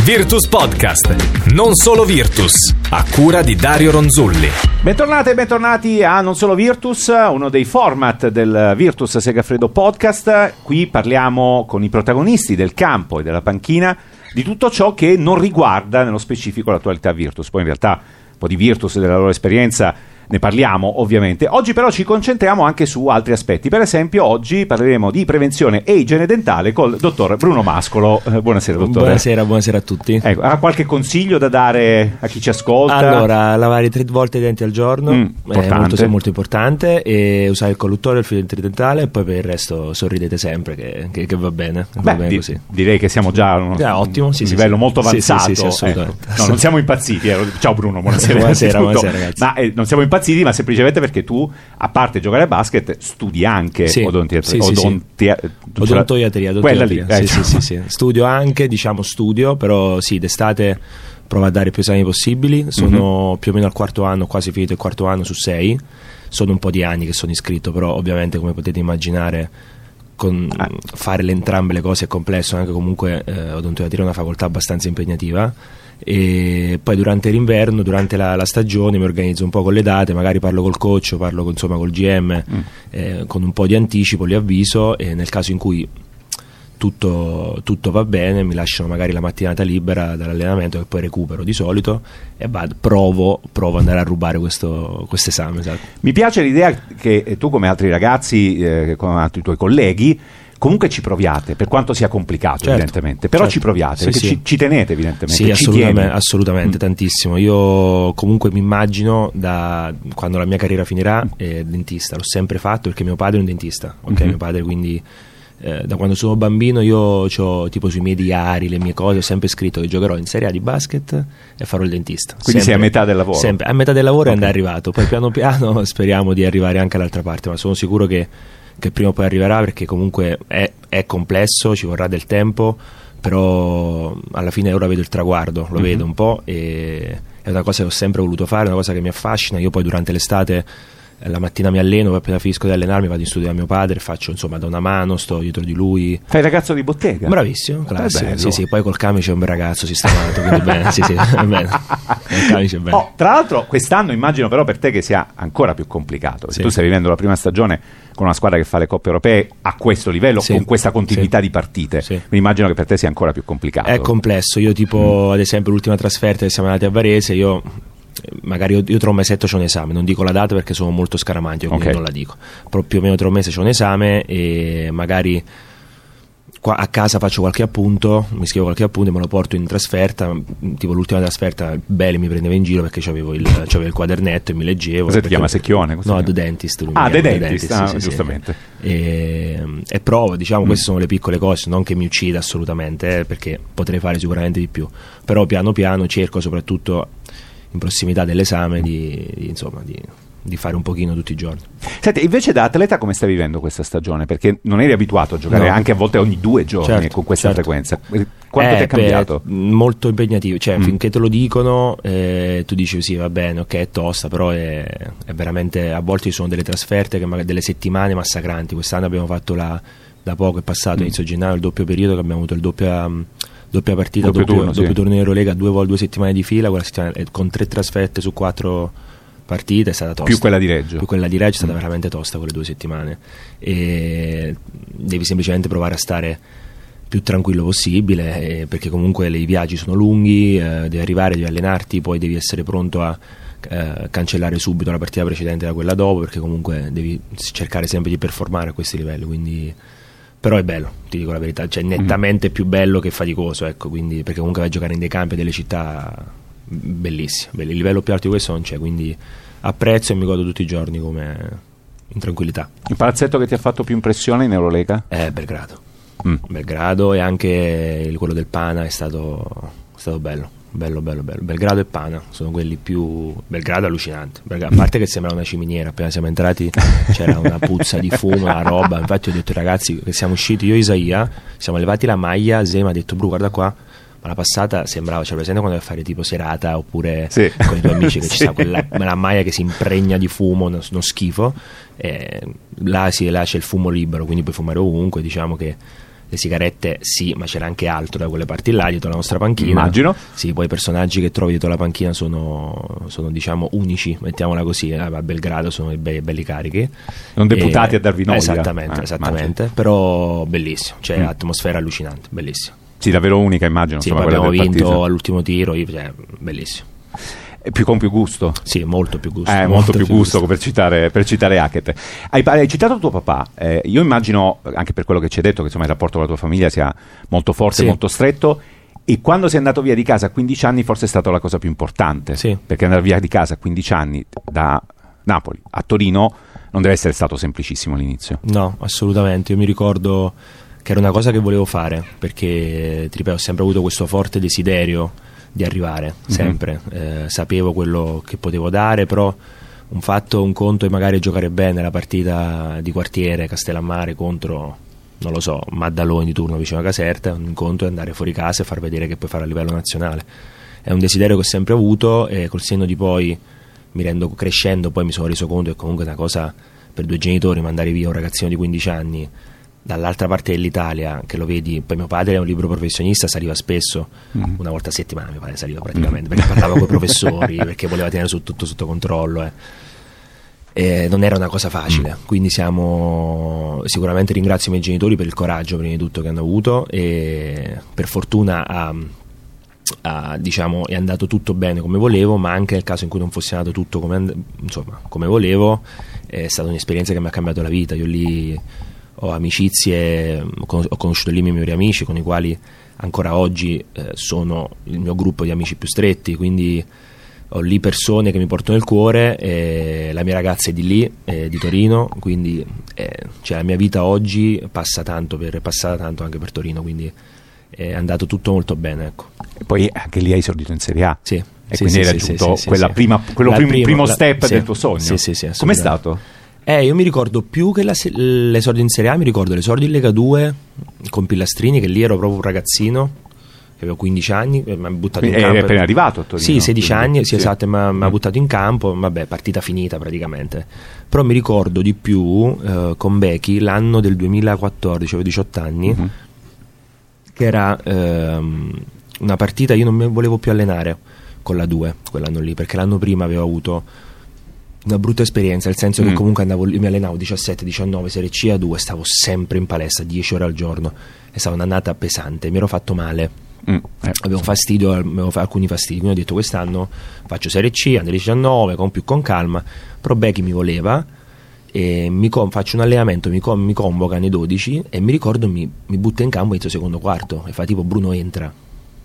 Virtus Podcast, non solo Virtus, a cura di Dario Ronzulli. Bentornate e bentornati a Non Solo Virtus, uno dei format del Virtus Segafredo Podcast. Qui parliamo con i protagonisti del campo e della panchina di tutto ciò che non riguarda nello specifico l'attualità Virtus. Poi in realtà un po' di Virtus e della loro esperienza ne parliamo ovviamente. Oggi però ci concentriamo anche su altri aspetti. Per esempio oggi parleremo di prevenzione e igiene dentale col dottor Bruno Mascolo. Buonasera dottore. Buonasera a tutti. Ecco, ha qualche consiglio da dare a chi ci ascolta? Allora, lavare 3 volte i denti al giorno è molto importante, e usare il colluttorio, il filo dentale, e poi per il resto sorridete sempre che va bene. Va bene così. Direi che siamo già a ottimo, un livello molto avanzato. Sì, assolutamente. No, non siamo impazziti. Ciao Bruno, buonasera. buonasera ragazzi. Ma non siamo impazziti, ma semplicemente perché tu, a parte giocare a basket, studi anche odontoiatria. Quella lì. Sì. Studio anche, però sì, d'estate provo a dare più esami possibili. Sono più o meno al quarto anno, quasi finito il quarto anno su 6. Sono un po' di anni che sono iscritto, però ovviamente, come potete immaginare, fare entrambe le cose è complesso. Anche comunque odontoiatria è una facoltà abbastanza impegnativa. E poi durante l'inverno, durante la stagione, mi organizzo un po' con le date, magari parlo col coach, parlo col GM, con un po' di anticipo li avviso, e nel caso in cui tutto va bene mi lasciano magari la mattinata libera dall'allenamento, che poi recupero di solito, e provo ad andare a rubare questo esame. Esatto. Mi piace l'idea che tu, come altri ragazzi, come altri tuoi colleghi, comunque ci proviate, per quanto sia complicato, evidentemente, però ci proviate, perché ci tenete, evidentemente. Sì, assolutamente, tantissimo. Io comunque mi immagino, da quando la mia carriera finirà, dentista. L'ho sempre fatto perché mio padre è un dentista, mio padre, quindi da quando sono bambino io ho tipo sui miei diari, le mie cose, ho sempre scritto che giocherò in Serie A di basket e farò il dentista. Quindi sei a metà del lavoro? Sempre, a metà del lavoro è arrivato, poi piano piano speriamo di arrivare anche all'altra parte, ma sono sicuro che prima o poi arriverà, perché comunque è complesso, ci vorrà del tempo, però alla fine ora vedo il traguardo, lo vedo un po', e è una cosa che ho sempre voluto fare, una cosa che mi affascina. Io poi durante l'estate la mattina mi alleno, poi appena finisco di allenarmi vado in studio da mio padre, faccio da una mano, sto dietro di lui. Fai il ragazzo di bottega? Bravissimo, classico. Sì, poi col camice è un bel ragazzo sistemato, quindi bene, è bene. Il camice è bene. Tra l'altro quest'anno immagino però per te che sia ancora più complicato, perché tu stai vivendo la prima stagione con una squadra che fa le coppe europee a questo livello, con questa continuità di partite. Mi immagino che per te sia ancora più complicato. È complesso. Io ad esempio l'ultima trasferta che siamo andati a Varese, io tra un mesetto c'ho un esame, non dico la data perché sono molto scaramante, quindi non la dico, però più o meno tra un mese c'ho un esame, e magari qua a casa faccio qualche appunto, mi scrivo qualche appunto e me lo porto in trasferta. Tipo l'ultima trasferta Bele mi prendeva in giro perché c'avevo il quadernetto e mi leggevo. Cosa ti chiama, Secchione? No, The Dentist. The Dentist, giustamente. E provo, queste sono le piccole cose, non che mi uccida assolutamente, perché potrei fare sicuramente di più, però piano piano cerco, soprattutto in prossimità dell'esame, di fare un pochino tutti i giorni. Senti, invece da atleta come stai vivendo questa stagione? Perché non eri abituato a giocare anche a volte ogni 2 giorni con questa frequenza. Quanto ti è cambiato? Molto impegnativo, finché te lo dicono tu dici sì, va bene, ok, è tosta, però è veramente, a volte ci sono delle trasferte, delle settimane massacranti. Quest'anno abbiamo fatto da poco è passato, inizio gennaio, il doppio periodo, che abbiamo avuto il doppia partita, doppio torneo Eurolega, 2 settimane di fila, con 3 trasferte su 4 partite. È stata tosta. Più quella di Reggio è stata veramente tosta, quelle 2 settimane, e devi semplicemente provare a stare più tranquillo possibile, perché comunque i viaggi sono lunghi, devi arrivare, devi allenarti, poi devi essere pronto a cancellare subito la partita precedente da quella dopo, perché comunque devi cercare sempre di performare a questi livelli. Quindi però è bello, ti dico la verità, nettamente più bello che faticoso, quindi, perché comunque vai a giocare in dei campi, delle città bellissime. Il livello più alto di questo non c'è, quindi apprezzo e mi godo tutti i giorni come in tranquillità. Il palazzetto che ti ha fatto più impressione in Eurolega? Belgrado, e anche quello del Pana è stato bello. Belgrado e Pana sono quelli più. Belgrado è allucinante, a parte che sembra una ciminiera. Appena siamo entrati c'era una puzza di fumo, una roba. Infatti ho detto ai ragazzi che siamo usciti, io e Isaia siamo levati la maglia, Zema ha detto: Bru, guarda qua, ma la passata sembrava, presente quando vai a fare tipo serata oppure con i tuoi amici, che ci sta quella maglia che si impregna di fumo, uno schifo, là c'è il fumo libero, quindi puoi fumare ovunque. Diciamo che le sigarette sì, ma c'era anche altro da quelle parti là dietro la nostra panchina. Immagino. Sì, poi i personaggi che trovi dietro la panchina sono diciamo unici, mettiamola così. A Belgrado sono belli carichi, non deputati a darvi noia. Esattamente, però bellissimo, cioè atmosfera allucinante, bellissimo. Sì, davvero unica, immagino. Sì, insomma, poi abbiamo vinto partita all'ultimo tiro, bellissimo. Con più gusto? Sì, molto più gusto. Molto più gusto per citare Hackett. Hai citato tuo papà. Io immagino, anche per quello che ci hai detto, che insomma il rapporto con la tua famiglia sia molto forte, sì, molto stretto. E quando sei andato via di casa a 15 anni forse è stata la cosa più importante. Sì. Perché andare via di casa a 15 anni da Napoli a Torino non deve essere stato semplicissimo all'inizio. No, assolutamente. Io mi ricordo che era una cosa che volevo fare, perché ti ripeto, ho sempre avuto questo forte desiderio di arrivare, sempre. Sapevo quello che potevo dare, però un conto è magari giocare bene la partita di quartiere Castellammare contro, non lo so, Maddaloni di turno vicino a Caserta, un conto è andare fuori casa e far vedere che puoi fare a livello nazionale. È un desiderio che ho sempre avuto, e col senno di poi crescendo poi mi sono reso conto che comunque è una cosa per due genitori, mandare via un ragazzino di 15 anni dall'altra parte dell'Italia, che lo vedi. Poi mio padre è un libero professionista, saliva spesso, una volta a settimana mio padre saliva praticamente, perché parlava con i professori, perché voleva tenere tutto sotto controllo, e non era una cosa facile. Quindi sicuramente ringrazio i miei genitori per il coraggio prima di tutto che hanno avuto, e per fortuna diciamo è andato tutto bene come volevo, ma anche nel caso in cui non fosse andato tutto come volevo, è stata un'esperienza che mi ha cambiato la vita. Io lì ho amicizie, ho conosciuto lì i miei migliori amici, con i quali ancora oggi sono il mio gruppo di amici più stretti, quindi ho lì persone che mi porto nel cuore, la mia ragazza è di lì, di Torino, quindi cioè la mia vita oggi è passata tanto anche per Torino, quindi è andato tutto molto bene, ecco. E poi anche lì hai esordito in Serie A. Sì. E quindi hai raggiunto primo step del tuo sogno. Sì, com'è stato? Io mi ricordo più che l'esordio in Serie A, mi ricordo l'esordio in Lega 2 con Pillastrini, che lì ero proprio un ragazzino, che avevo 15 anni, mi ha buttato in campo. Eri appena arrivato a Torino? Sì, 16 anni, sì, esatto, mi ha buttato in campo, vabbè, partita finita praticamente. Però mi ricordo di più con Becchi l'anno del 2014, avevo 18 anni, che era una partita, io non mi volevo più allenare con la 2 quell'anno lì, perché l'anno prima avevo avuto una brutta esperienza, nel senso che comunque mi allenavo 17-19 Serie C a 2, stavo sempre in palestra 10 ore al giorno, è stata un'annata pesante, mi ero fatto male, avevo alcuni fastidi, quindi ho detto quest'anno faccio Serie C, under 19 con calma. Però Becchi mi voleva e faccio un allenamento, mi convoca nei 12 e mi ricordo mi butta in campo inizio secondo quarto e fa tipo Bruno entra,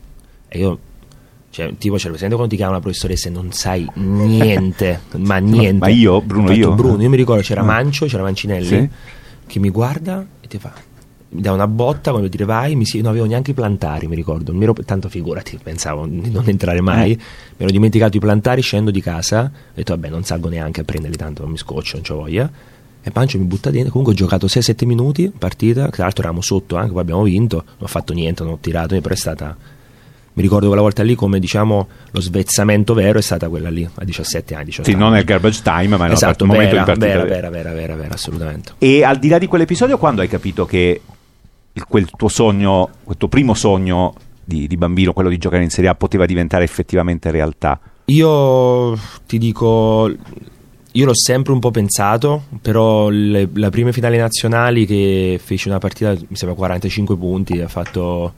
e io tipo c'è presente quando ti chiama la professoressa e non sai niente, ma niente. Ma io, Bruno, io mi ricordo c'era Mancinelli, sì, che mi guarda e ti fa, mi dà una botta come dire vai, non avevo neanche i plantari, mi ricordo, tanto figurati, pensavo di non entrare mai, mi ero dimenticato i plantari, scendo di casa, ho detto vabbè non salgo neanche a prenderli, tanto non mi scoccio, non c'ho voglia, e Pancio mi butta dentro. Comunque ho giocato 6-7 minuti partita, tra l'altro eravamo sotto anche, poi abbiamo vinto, non ho fatto niente, non ho tirato, però è stata, mi ricordo quella volta lì come diciamo lo svezzamento vero è stata quella lì a 17 anni, 18 sì, anni. Non è il garbage time, ma esatto, il momento di partita vera, assolutamente. E al di là di quell'episodio, quando hai capito che quel tuo sogno, quel tuo primo sogno di bambino, quello di giocare in Serie A, poteva diventare effettivamente realtà? Io ti dico, io l'ho sempre un po' pensato, però la prima finale nazionali che fece una partita, mi sembra 45 punti, ha fatto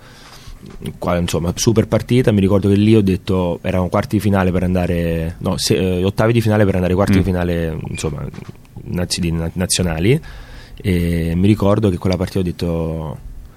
insomma super partita, mi ricordo che lì ho detto erano quarti di finale per andare ottavi di finale per andare ai quarti di finale, insomma nazionali, e mi ricordo che quella partita ho detto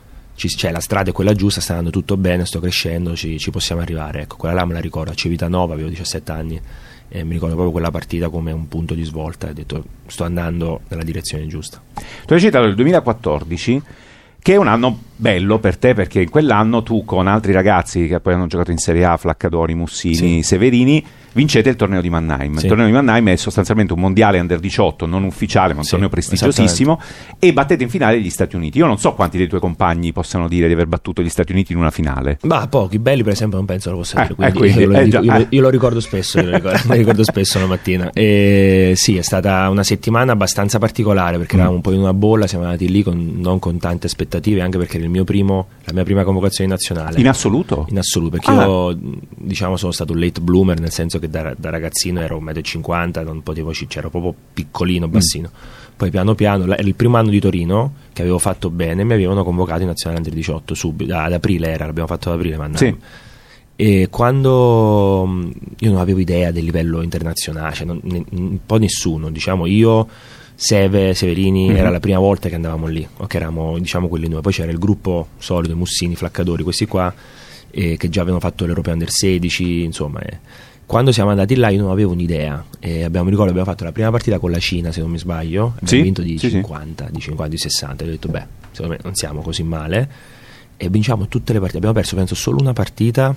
la strada è quella giusta, sta andando tutto bene, sto crescendo, ci possiamo arrivare, ecco, quella là me la ricordo a Civitanova, avevo 17 anni e mi ricordo proprio quella partita come un punto di svolta, ho detto sto andando nella direzione giusta. Tu hai citato il 2014, che è un anno bello per te, perché in quell'anno tu con altri ragazzi che poi hanno giocato in Serie A, Flaccadori, Mussini, Severini, vincete il torneo di Mannheim. Il torneo di Mannheim è sostanzialmente un mondiale under 18 non ufficiale, ma un torneo prestigiosissimo, e battete in finale gli Stati Uniti. Io non so quanti dei tuoi compagni possano dire di aver battuto gli Stati Uniti in una finale. Ma pochi, belli per esempio non penso lo possa dire, io lo ricordo spesso, lo ricordo spesso la mattina. E sì, è stata una settimana abbastanza particolare, perché eravamo un po' in una bolla, siamo andati lì non con tante aspettative, anche perché era il la mia prima convocazione nazionale. In assoluto? In assoluto, perché io diciamo sono stato un late bloomer, nel senso che da ragazzino ero 1,50 m, non potevo ero proprio piccolino, bassino. Poi piano piano, era il primo anno di Torino che avevo fatto bene, mi avevano convocato in nazionale under 18 subito, ad aprile l'abbiamo fatto ad aprile, sì. E quando io non avevo idea del livello internazionale, cioè un po' nessuno, diciamo io, Severini, era la prima volta che andavamo lì, o che eravamo, diciamo, quelli noi. Poi c'era il gruppo solido, Mussini, Flaccadori, questi qua, che già avevano fatto l'Europeo Under 16, insomma. Quando siamo andati là io non avevo un'idea, e abbiamo fatto la prima partita con la Cina, se non mi sbaglio, abbiamo vinto di 50, di 60, e ho detto beh, secondo me non siamo così male, e vinciamo tutte le partite. Abbiamo perso penso solo una partita,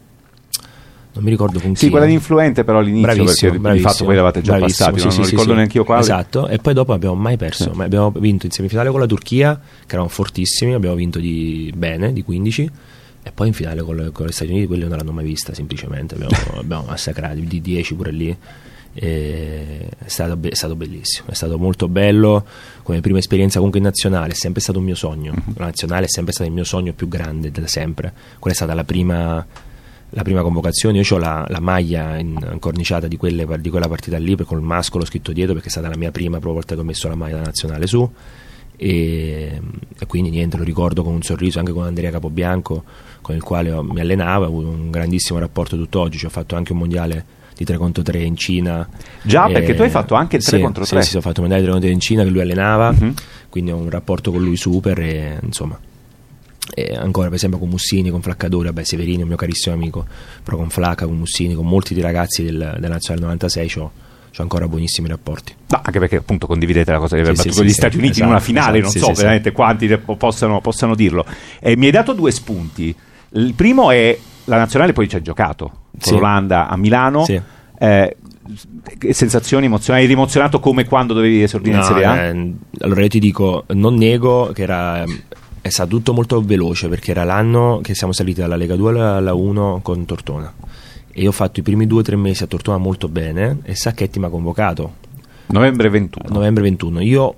non mi ricordo con chi. Sì, quella di Influente, però all'inizio, perché di fatto poi l'avate già passati, non ricordo neanche io quale. Esatto, e poi dopo abbiamo mai perso, ma abbiamo vinto in semifinale con la Turchia, che erano fortissimi, abbiamo vinto di 15, e poi in finale con gli Stati Uniti, quelli non l'hanno mai vista, semplicemente abbiamo massacrati di 10 pure lì. È stato bellissimo, è stato molto bello come prima esperienza. Comunque in nazionale è sempre stato un mio sogno, la nazionale è sempre stato il mio sogno più grande da sempre. Quella è stata la prima convocazione. Io ho la maglia incorniciata di quella partita lì, col mascolo scritto dietro, perché è stata la mia prima propria volta che ho messo la maglia da nazionale su, e quindi niente, lo ricordo con un sorriso, anche con Andrea Capobianco, con il quale mi allenavo, ho avuto un grandissimo rapporto tutt'oggi. Ci ho fatto anche un mondiale di 3 contro 3 in Cina. Già, perché tu hai fatto anche il 3 contro 3. Sì, ho fatto un mondiale di 3 contro 3 in Cina che lui allenava, quindi ho un rapporto con lui super, e insomma. E ancora per esempio con Mussini, con Flaccadori, Severini è un mio carissimo amico, però con Flacca, con Mussini, con molti dei ragazzi della nazionale 96 c'ho ancora buonissimi rapporti. No, anche perché appunto condividete la cosa di aver battuto gli Stati Uniti in una finale, non so veramente quanti possano dirlo. Mi hai dato 2 spunti. Il primo è la nazionale, poi ci hai giocato con l'Olanda a Milano. Sensazioni emozionali? Eri emozionato come quando dovevi esordire in Serie A? Allora io ti dico, non nego che è stato tutto molto veloce, perché era l'anno che siamo saliti dalla Lega 2 alla 1 con Tortona, e io ho fatto i primi 2 o 3 mesi a Tortona molto bene, e Sacchetti mi ha convocato novembre 21. Io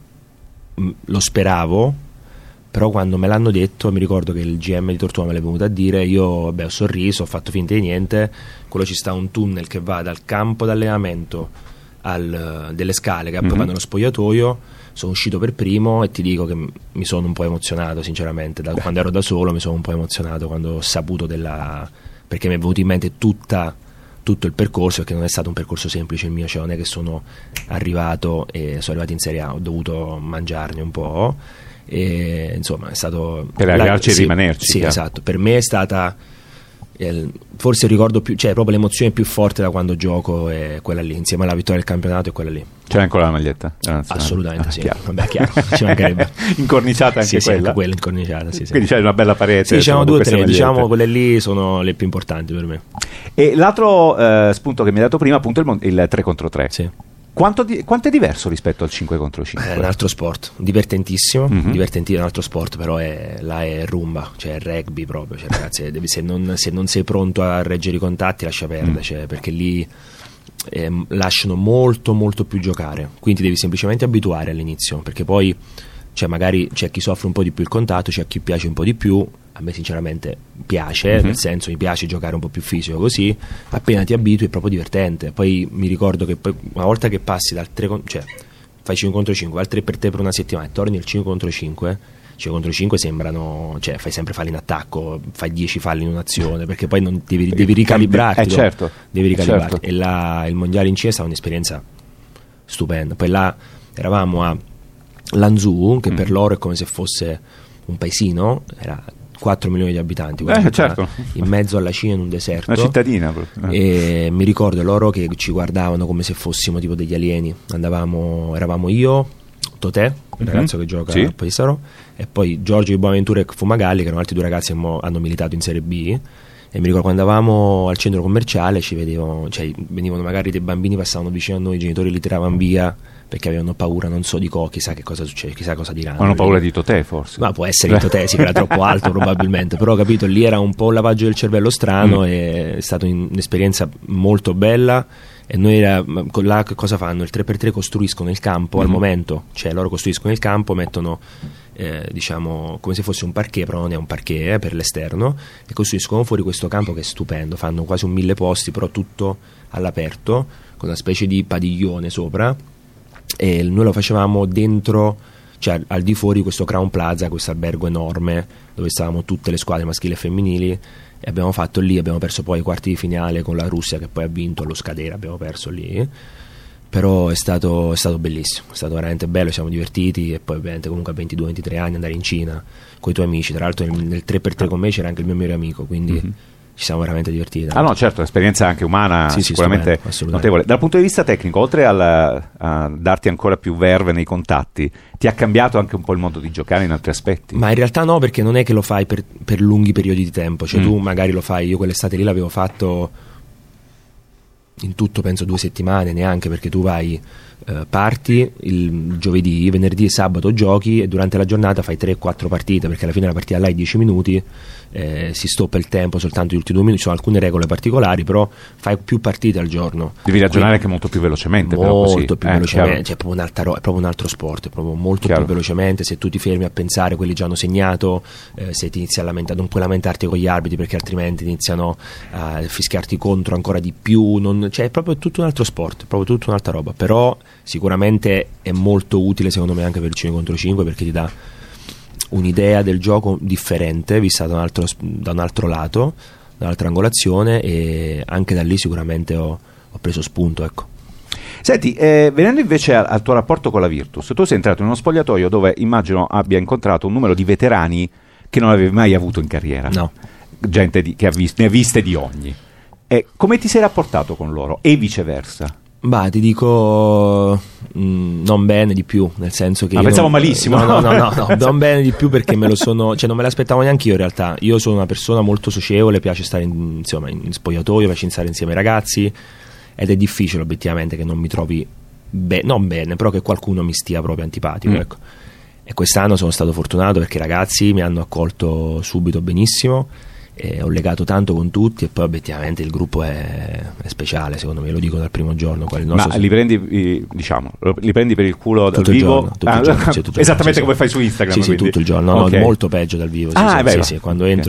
lo speravo, però quando me l'hanno detto, mi ricordo che il GM di Tortona me l'è venuto a dire, io ho sorriso, ho fatto finta di niente. Quello, ci sta un tunnel che va dal campo d'allenamento delle scale che poi vanno allo spogliatoio. Sono uscito per primo e ti dico che mi sono un po' emozionato, sinceramente. Quando ero da solo mi sono un po' emozionato quando ho saputo perché mi è venuto in mente tutto il percorso, perché non è stato un percorso semplice il mio, cioè non è che sono arrivato in Serie A, ho dovuto mangiarne un po', e insomma è stato per arrivarci e rimanerci. Sì, esatto, per me è stata forse il ricordo più, cioè proprio l'emozione più forte da quando gioco è quella lì, insieme alla vittoria del campionato, è quella lì. C'è ancora la maglietta? Assolutamente sì. Chiaro. Vabbè, chiaro, ci mancherebbe. Incorniciata anche quella? Anche quella incorniciata, sì. Quindi c'è una bella parete. Sì, diciamo 2 o 3, diciamo quelle lì sono le più importanti per me. E l'altro spunto che mi hai dato prima, appunto, il 3 contro 3. Sì. Quanto è diverso rispetto al 5 contro 5? È un altro sport, divertentissimo, divertentissimo, è un altro sport, però là è rumba, cioè è rugby proprio, cioè, ragazzi, se non sei pronto a reggere i contatti, lascia perdere, cioè, perché lì lasciano molto molto più giocare, quindi devi semplicemente abituare all'inizio, perché poi magari c'è chi soffre un po' di più il contatto, c'è chi piace un po' di più. A me sinceramente piace, nel senso mi piace giocare un po' più fisico, così appena ti abitui è proprio divertente. Poi mi ricordo che poi, una volta che passi dal 3 fai 5 contro 5, al 3 per te per una settimana e torni al 5 contro 5 sembrano, fai sempre falli in attacco, fai 10 falli in un'azione, perché poi non devi ricalibrarti, certo, devi ricalibrarti. Certo. E là il mondiale in Cina è stata un'esperienza stupenda. Poi là eravamo a Lanzhou, che per loro è come se fosse un paesino, era 4 milioni di abitanti, certo. In mezzo alla Cina, in un deserto, una cittadina proprio. E mi ricordo loro che ci guardavano come se fossimo tipo degli alieni. Eravamo io, Totè, il ragazzo che gioca a Pesaro, e poi Giorgio di Bonaventura e Fumagalli, che erano altri 2 ragazzi che hanno militato in Serie B. E mi ricordo quando andavamo al centro commerciale ci vedevano, venivano magari dei bambini, passavano vicino a noi, i genitori li tiravano via perché avevano paura, non so di chissà che cosa succede, chissà cosa diranno. Hanno paura di Totè, forse? Ma può essere il Totè, sì, che era troppo alto probabilmente, però capito, lì era un po' un lavaggio del cervello strano, e è stata un'esperienza molto bella. E noi là cosa fanno? Il 3x3 costruiscono il campo al momento, cioè loro costruiscono il campo, mettono diciamo come se fosse un parquet, però non è un parquet, per l'esterno, e costruiscono fuori questo campo che è stupendo, fanno quasi 1000 posti, però tutto all'aperto con una specie di padiglione sopra, e noi lo facevamo dentro, cioè al di fuori questo Crown Plaza, questo albergo enorme dove stavamo tutte le squadre maschili e femminili, e abbiamo fatto lì, abbiamo perso poi i quarti di finale con la Russia che poi ha vinto allo scadere, abbiamo perso lì, però è stato bellissimo, è stato veramente bello, siamo divertiti, e poi ovviamente comunque a 22-23 anni andare in Cina con i tuoi amici, tra l'altro nel 3x3 con me c'era anche il mio migliore amico, quindi ci siamo veramente divertiti. Ah no, certo, l'esperienza anche umana sicuramente notevole. Dal punto di vista tecnico, oltre a darti ancora più verve nei contatti, ti ha cambiato anche un po' il modo di giocare in altri aspetti? Ma in realtà no, perché non è che lo fai per lunghi periodi di tempo, cioè tu magari lo fai, io quell'estate lì l'avevo fatto in tutto penso 2 settimane, neanche, perché tu vai, parti il giovedì, venerdì e sabato giochi, e durante la giornata fai 3-4 partite, perché alla fine la partita là è 10 minuti, si stoppa il tempo soltanto gli ultimi 2 minuti, ci sono alcune regole particolari, però fai più partite al giorno, devi ragionare anche molto più velocemente, molto più velocemente, cioè è proprio un altro sport, è proprio molto più velocemente. Se tu ti fermi a pensare, quelli già hanno segnato, se ti inizi a lamentare, non puoi lamentarti con gli arbitri, perché altrimenti iniziano a fischiarti contro ancora di più, cioè è proprio tutto un altro sport, è proprio tutta un'altra roba, però sicuramente è molto utile secondo me anche per il 5 contro 5, perché ti dà un'idea del gioco differente, vista da un altro lato, da un'altra angolazione, e anche da lì sicuramente ho preso spunto, ecco. Senti, venendo invece al tuo rapporto con la Virtus, tu sei entrato in uno spogliatoio dove immagino abbia incontrato un numero di veterani che non avevi mai avuto in carriera. No. Gente che ne ha viste di ogni. Come ti sei rapportato con loro e viceversa? Bah, ti dico non bene di più, nel senso che pensavo malissimo. No, non bene di più, perché non me l'aspettavo neanche io in realtà. Io sono una persona molto socievole, piace stare in spogliatoio, piace stare insieme ai ragazzi, ed è difficile obiettivamente che non mi trovi non bene, però che qualcuno mi stia proprio antipatico, ecco. E quest'anno sono stato fortunato perché i ragazzi mi hanno accolto subito benissimo, ho legato tanto con tutti, e poi obiettivamente il gruppo è speciale, secondo me, lo dico dal primo giorno. Ma li prendi per il culo dal vivo? Esattamente come fai su Instagram? Sì, tutto il giorno, okay. Molto peggio dal vivo. Sì, quando entro,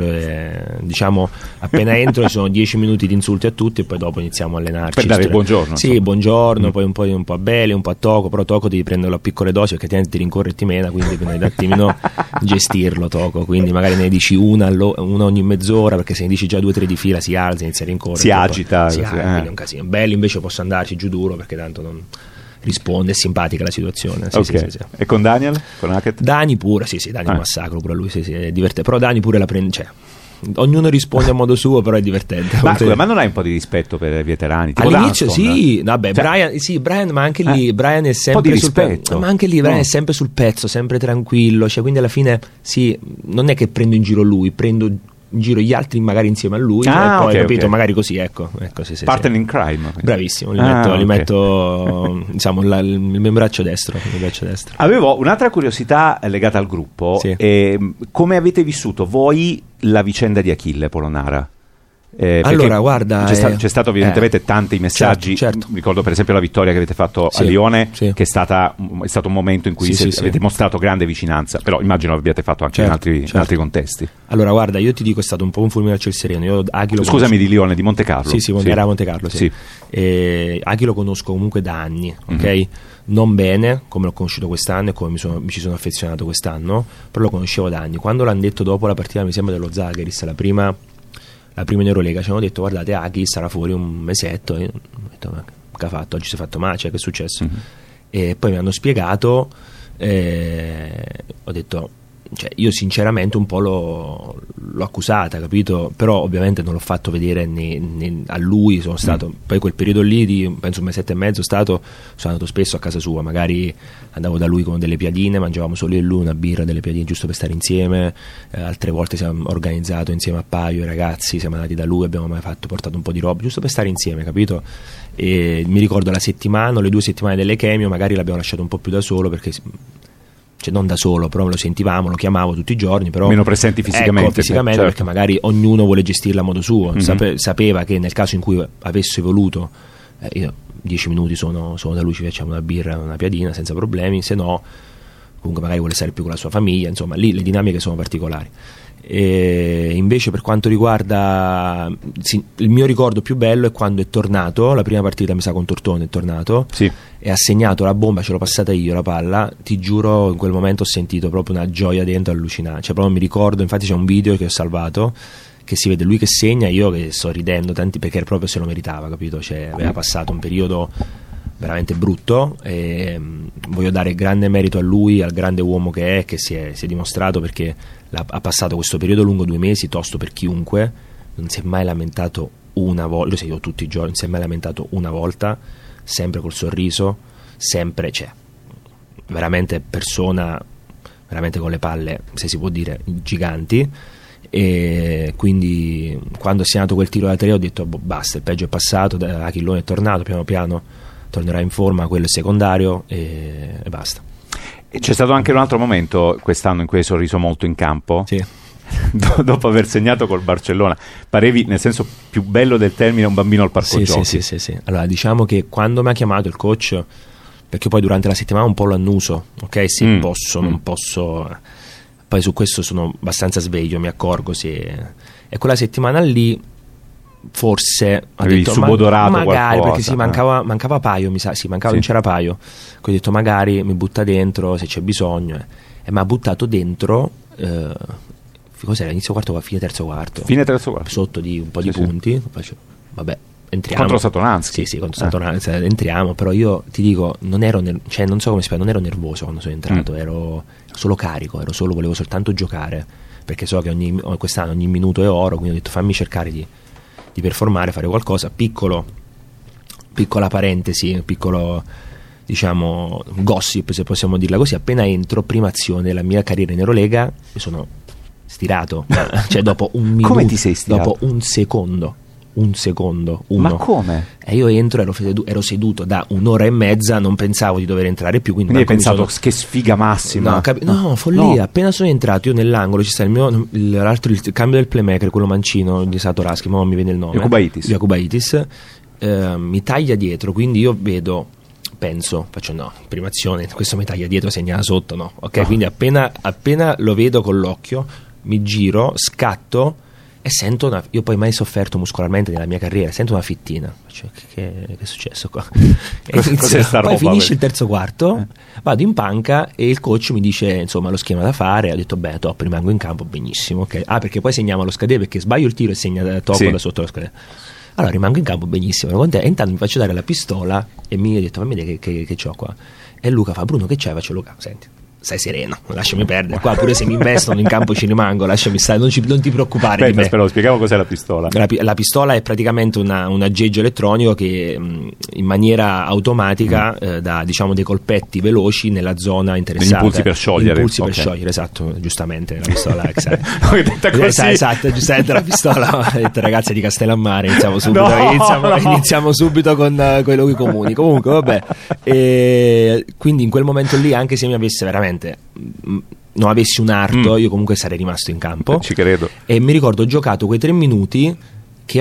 appena entro ci sono 10 minuti di insulti a tutti, e poi dopo iniziamo a allenarci. Per dare il buongiorno. Sì, buongiorno, poi un po' a Bele, un po' a Toco, però Toco devi prenderlo a piccole dosi, perché altrimenti ti rincorre e ti mena, quindi devi un attimino gestirlo Toco, quindi magari ne dici una ogni mezz'ora, perché se ne dici già 2 o 3 di fila si alza, inizia a rincorrere, si agita, quindi è un casino. Belli invece posso andarci giù duro, perché tanto non risponde, è simpatica la situazione. Sì. E con Daniel? Con Hackett? Dani pure, Dani è un massacro pure lui, è divertente, però Dani pure la prende, cioè ognuno risponde a modo suo, però è divertente. Ma non hai un po' di rispetto per i veterani? All'inizio sì, vabbè, Brian, ma anche lì Brian è sempre sul pezzo, ma anche lì Brian è sempre sul pezzo, sempre tranquillo, cioè, quindi alla fine sì, non è che prendo in giro lui, prendo in giro gli altri magari insieme a lui, e poi capito, magari così, ecco sì, partner in crime, bravissimo, li metto diciamo il mio braccio destro. Avevo un'altra curiosità legata al gruppo, come avete vissuto voi la vicenda di Achille Polonara? Allora guarda, c'è stato evidentemente tanti messaggi, certo. Ricordo per esempio la vittoria che avete fatto a Lione, che è stato un momento in cui avete mostrato grande vicinanza, però immagino l'abbiate fatto anche in altri contesti. Allora guarda, io ti dico, è stato un po' un fulmine a ciel sereno. Scusami, di Lione, di Monte Carlo. Era a Monte Carlo, sì. Aghi lo conosco comunque da anni, ok? Non bene come l'ho conosciuto quest'anno e come mi ci sono affezionato quest'anno, però lo conoscevo da anni. Quando l'hanno detto dopo la partita, mi sembra, dello Zagheris, la prima in Eurolega, ci hanno detto guardate, Aghi sarà fuori un mesetto, e io ho detto ma che ha fatto? Oggi si è fatto male, che è successo? E poi mi hanno spiegato, ho detto, cioè, io sinceramente un po' l'ho accusata, capito? Però ovviamente non l'ho fatto vedere né a lui, sono stato poi quel periodo lì di penso un mesetto e mezzo sono andato spesso a casa sua, magari andavo da lui con delle piadine, mangiavamo solo io e lui una birra, delle piadine giusto per stare insieme, altre volte siamo organizzato insieme a Paio, i ragazzi, siamo andati da lui, abbiamo portato un po' di roba giusto per stare insieme, capito? E mi ricordo la settimana o le 2 settimane delle chemio magari l'abbiamo lasciato un po' più da solo, perché cioè non da solo, però lo sentivamo, lo chiamavo tutti i giorni, però meno presenti fisicamente, certo. Perché magari ognuno vuole gestirla a modo suo. Sapeva che nel caso in cui avesse voluto, io 10 minuti sono da lui, ci facciamo una birra, una piadina senza problemi, se no comunque magari vuole stare più con la sua famiglia, insomma lì le dinamiche sono particolari. E invece per quanto riguarda il mio ricordo più bello è quando è tornato, la prima partita mi sa con Tortone è tornato, sì, e ha segnato la bomba, ce l'ho passata io la palla, ti giuro in quel momento ho sentito proprio una gioia dentro allucinante, cioè proprio mi ricordo, infatti c'è un video che ho salvato che si vede lui che segna, io che sto ridendo tanti perché proprio se lo meritava, capito? Cioè aveva passato un periodo veramente brutto e voglio dare grande merito a lui, al grande uomo che è, che si è dimostrato, perché ha passato questo periodo lungo 2 mesi tosto per chiunque, non si è mai lamentato una volta, lo seguivo tutti i giorni, non si è mai lamentato una volta, sempre col sorriso, sempre, cioè veramente persona veramente con le palle, se si può dire, giganti. E quindi quando si è nato quel tiro da 3 ho detto basta, il peggio è passato, Achillone è tornato, piano piano tornerà in forma, quello è secondario e basta. E c'è stato anche un altro momento quest'anno in cui hai sorriso molto in campo, sì. Dopo aver segnato col Barcellona, parevi, nel senso più bello del termine, un bambino al parco giochi. Sì. Allora diciamo che quando mi ha chiamato il coach, perché poi durante la settimana un po' lo annuso, ok, sì, posso, non posso, poi su questo sono abbastanza sveglio, mi accorgo, sì. E quella settimana lì forse avevi subodorato magari qualcosa, perché sì, mancava Paio, mi sa, sì, mancava, non c'era Paio, quindi ho detto magari mi butta dentro se c'è bisogno, e mi ha buttato dentro, cos'era, inizio quarto, fine terzo quarto, sotto di un po' di punti, faccio, vabbè, entriamo contro Satoranski, sì, contro Satoranski, entriamo, però io ti dico non ero cioè non so come spiegare, non ero nervoso quando sono entrato, ero solo carico, volevo soltanto giocare, perché so che quest'anno ogni minuto è oro, quindi ho detto fammi cercare di performare, fare qualcosa. Piccola parentesi, piccolo, diciamo, gossip, se possiamo dirla così, appena entro, prima azione della mia carriera in Eurolega, mi sono stirato, cioè dopo un minuto, come ti sei stirato? Dopo un secondo, ma come? E io entro, ero seduto da 1 ora e mezza, non pensavo di dover entrare più, quindi hai pensato che sfiga massima, no, follia, no. Appena sono entrato io nell'angolo ci sta il cambio del playmaker, quello mancino di Satoranski, ma non mi viene il nome, Jakubaitis, mi taglia dietro, quindi io vedo, faccio no, prima azione, questo mi taglia dietro, segna sotto, no, ok, quindi appena lo vedo con l'occhio mi giro, scatto e sento io poi mai sofferto muscolarmente nella mia carriera, sento una fittina, cioè, che è successo qua? Cos'è sta roba? Poi finisce il terzo quarto, vado in panca e il coach mi dice insomma lo schema da fare, ho detto beh top, rimango in campo, benissimo, okay. Perché poi segniamo lo scadere, perché sbaglio il tiro e segna top da sotto lo scadere, allora rimango in campo benissimo, e intanto mi faccio dare la pistola e mi ha detto fammi vedere che c'ho qua, e Luca fa Bruno che c'hai? Faccio Luca senti, stai sereno, lasciami perdere qua, pure se mi investono in campo ci rimango, lasciami stare, non ti preoccupare. Aspetta, di me. Spieghiamo cos'è la pistola. La pistola è praticamente un aggeggio elettronico che in maniera automatica dà, diciamo, dei colpetti veloci nella zona interessata, impulsi per sciogliere, per sciogliere, esatto, giustamente la pistola esatto, giustamente la pistola, ragazzi di Castellammare, iniziamo subito con i luoghi comuni, comunque vabbè, e quindi in quel momento lì, anche se mi avesse veramente non avessi un arto, io comunque sarei rimasto in campo, ci credo, e mi ricordo ho giocato quei 3 minuti che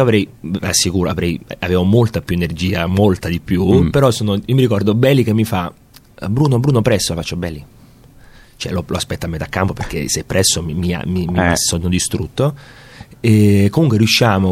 avevo molta più energia, molta di più, però io mi ricordo Belli che mi fa Bruno presso, faccio Belli, cioè lo aspetto a metà campo perché se presso mi sono distrutto, e comunque riusciamo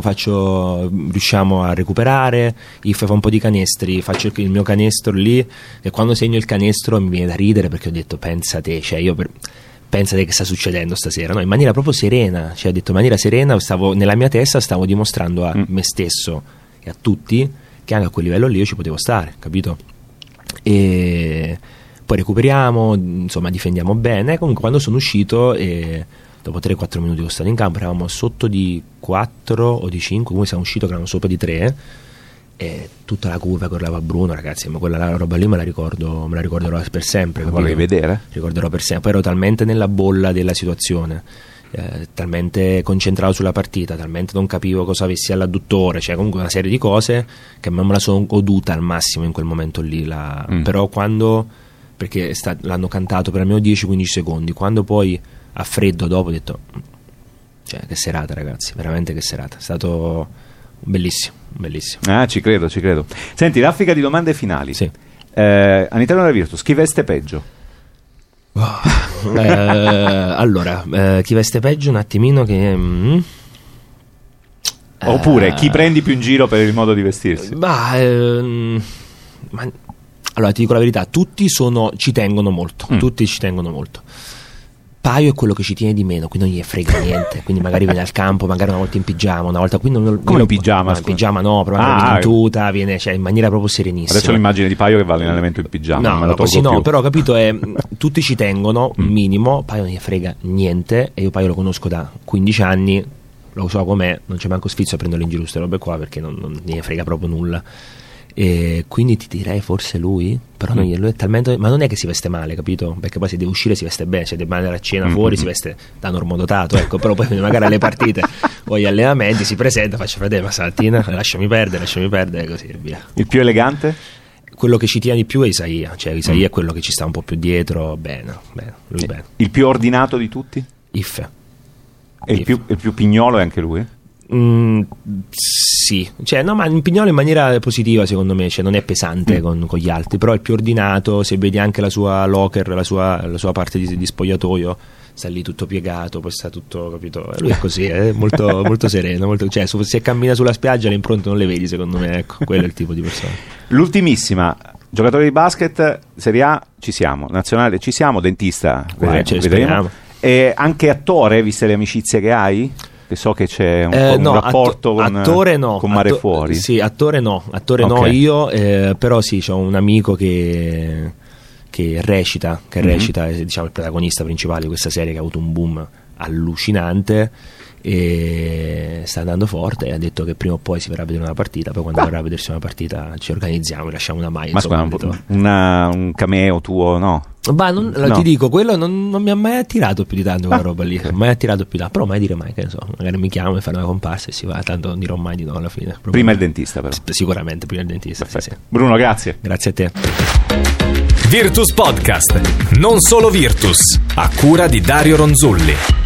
a recuperare, fa un po' di canestri, faccio il mio canestro lì, e quando segno il canestro mi viene da ridere perché ho detto pensate che sta succedendo stasera, no? In maniera proprio serena, cioè ho detto in maniera serena, nella mia testa stavo dimostrando a me stesso e a tutti che anche a quel livello lì io ci potevo stare, capito? E poi recuperiamo, insomma difendiamo bene. Comunque quando sono uscito dopo 3-4 minuti che stavo in campo eravamo sotto di 4 o di 5, comunque siamo usciti che eravamo sopra di 3, e tutta la curva che urlava Bruno, ragazzi, ma quella roba lì me la ricorderò per sempre, vorrei vedere, ricorderò per sempre. Poi ero talmente nella bolla della situazione, talmente concentrato sulla partita, talmente non capivo cosa avessi all'adduttore, cioè comunque una serie di cose che me la sono goduta al massimo in quel momento lì, però quando, perché l'hanno cantato per almeno 10-15 secondi, quando poi a freddo dopo ho detto cioè che serata, ragazzi, veramente che serata, è stato bellissimo. Ci credo. Senti, raffica di domande finali. Sì. All'interno della Virtus chi veste peggio? Allora, chi veste peggio un attimino che... Oppure chi prendi più in giro per il modo di vestirsi? Allora ti dico la verità, tutti ci tengono molto, tutti ci tengono molto. Paio è quello che ci tiene di meno, quindi non gli frega niente, quindi magari viene al campo, magari una volta in pigiama, una volta quindi come in pigiama? No, in pigiama no, però viene in tuta, viene, cioè, in maniera proprio serenissima. Adesso l'immagine di Paio che va all'allenamento in pigiama, non me la così tolgo più. Però capito, tutti ci tengono, minimo, Paio non gli frega niente, e io Paio lo conosco da 15 anni, lo so com'è, non c'è manco sfizio a prenderlo in giro queste robe qua, perché non ne frega proprio nulla. E quindi ti direi forse lui, però lui è talmente, ma non è che si veste male, capito? Perché poi se deve uscire si veste bene, se deve andare a cena fuori si veste da normodotato, ecco. Però poi magari alle partite o agli allenamenti si presenta, faccio fratello, ma stamattina lasciami perdere così e via. Il più elegante? Quello che ci tiene di più è Isaia, cioè Isaia è quello che ci sta un po' più dietro, bene, lui bene. Il più ordinato di tutti? Iffe. E il più pignolo è anche lui? Sì, cioè, no, ma in Pignolo in maniera positiva secondo me, cioè non è pesante con gli altri, però è il più ordinato. Se vedi anche la sua locker, la sua parte di spogliatoio, sta lì tutto piegato, poi sta tutto, capito? Lui è così, è molto, molto sereno, cioè se cammina sulla spiaggia le impronte non le vedi, secondo me, ecco, quello è il tipo di persona. L'ultimissima, giocatore di basket, Serie A ci siamo, nazionale ci siamo, dentista vedremo. E anche attore, viste le amicizie che hai? Che so che c'è un rapporto con Mare Fuori. Sì, attore no io, però sì, c'ho un amico che recita, è, diciamo, il protagonista principale di questa serie, che ha avuto un boom allucinante e sta andando forte, e ha detto che prima o poi si verrà a vedere una partita, poi quando verrà a vedersi una partita ci organizziamo, lasciamo una maglia. Ma scusa, un cameo tuo, no? Ti dico, quello non mi ha mai attirato più di tanto quella roba lì, mai attirato più di tanto, però mai dire mai, che ne so, magari mi chiamo e fare una comparsa e si va, tanto non dirò mai di no alla fine. Prima il dentista, però. Sicuramente prima il dentista, sì. Bruno, grazie. Grazie a te. Virtus Podcast, non solo Virtus, a cura di Dario Ronzulli.